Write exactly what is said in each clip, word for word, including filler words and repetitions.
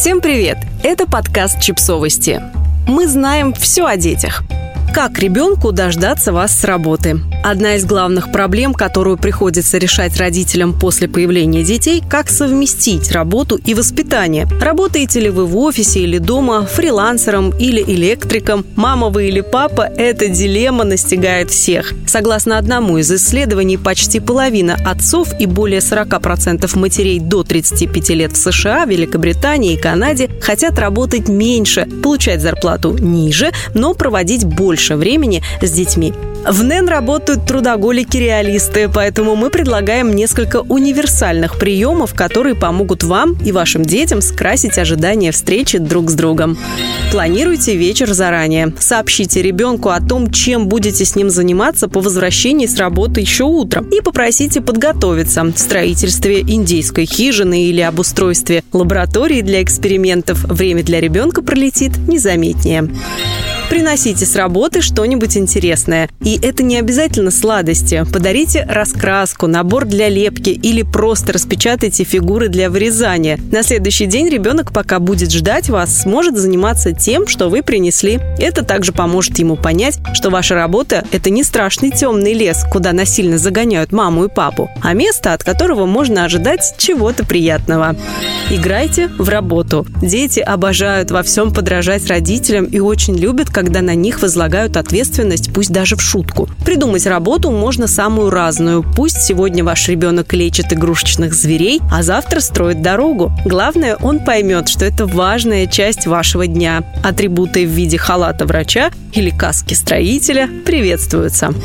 Всем привет! Это подкаст «Чипсовости». Мы знаем все о детях. Как ребенку дождаться вас с работы? Одна из главных проблем, которую приходится решать родителям после появления детей, как совместить работу и воспитание. Работаете ли вы в офисе или дома, фрилансером или электриком, мама вы или папа, эта дилемма настигает всех. Согласно одному из исследований, почти половина отцов и более сорок процентов матерей до тридцати пяти лет в США, Великобритании и Канаде хотят работать меньше, получать зарплату ниже, но проводить больше времени с детьми. В НЭН работают трудоголики-реалисты, поэтому мы предлагаем несколько универсальных приемов, которые помогут вам и вашим детям скрасить ожидания встречи друг с другом. Планируйте вечер заранее. Сообщите ребенку о том, чем будете с ним заниматься по возвращении с работы еще утром, и попросите подготовиться в строительстве индейской хижины или обустройстве лаборатории для экспериментов. Время для ребенка пролетит незаметнее. Приносите с работы что-нибудь интересное. И это не обязательно сладости. Подарите раскраску, набор для лепки или просто распечатайте фигуры для вырезания. На следующий день ребенок, пока будет ждать вас, сможет заниматься тем, что вы принесли. Это также поможет ему понять, что ваша работа – это не страшный темный лес, куда насильно загоняют маму и папу, а место, от которого можно ожидать чего-то приятного. Играйте в работу. Дети обожают во всем подражать родителям и очень любят, когда на них возлагают ответственность, пусть даже в шутку. Придумать работу можно самую разную. Пусть сегодня ваш ребенок лечит игрушечных зверей, а завтра строит дорогу. Главное, он поймет, что это важная часть вашего дня. Атрибуты в виде халата врача или каски строителя приветствуются.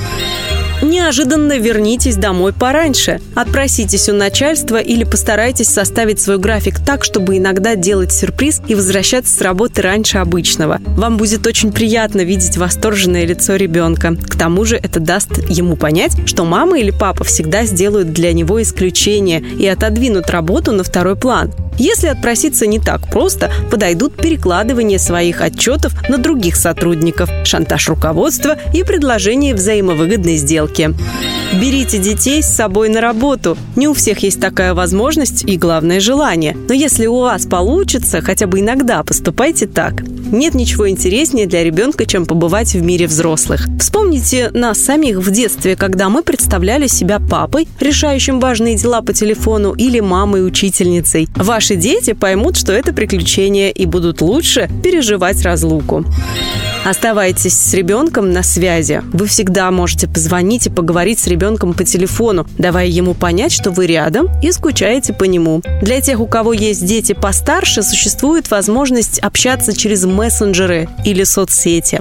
Неожиданно вернитесь домой пораньше. Отпроситесь у начальства или постарайтесь составить свой график так, чтобы иногда делать сюрприз и возвращаться с работы раньше обычного. Вам будет очень приятно видеть восторженное лицо ребенка. К тому же это даст ему понять, что мама или папа всегда сделают для него исключение и отодвинут работу на второй план. Если отпроситься не так просто, подойдут перекладывание своих отчетов на других сотрудников, шантаж руководства и предложение взаимовыгодной сделки. Берите детей с собой на работу. Не у всех есть такая возможность и, главное, желание. Но если у вас получится, хотя бы иногда поступайте так. Нет ничего интереснее для ребенка, чем побывать в мире взрослых. Вспомните нас самих в детстве, когда мы представляли себя папой, решающим важные дела по телефону, или мамой-учительницей. Ваши дети поймут, что это приключение, и будут лучше переживать разлуку. Оставайтесь с ребенком на связи. Вы всегда можете позвонить и поговорить с ребенком по телефону, давая ему понять, что вы рядом и скучаете по нему. Для тех, у кого есть дети постарше, существует возможность общаться через мессенджеры или соцсети.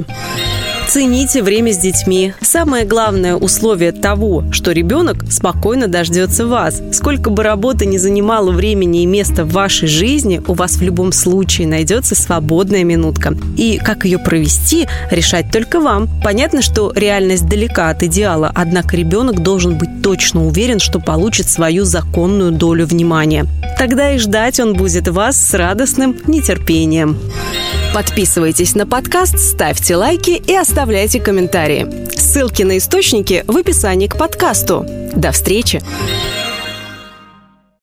Цените время с детьми. Самое главное условие того, что ребенок спокойно дождется вас. Сколько бы работа ни занимала времени и места в вашей жизни, у вас в любом случае найдется свободная минутка. И как ее провести, решать только вам. Понятно, что реальность далека от идеала, однако ребенок должен быть точно уверен, что получит свою законную долю внимания. Тогда и ждать он будет вас с радостным нетерпением. Подписывайтесь на подкаст, ставьте лайки и оставляйте комментарии. Ссылки на источники в описании к подкасту. До встречи!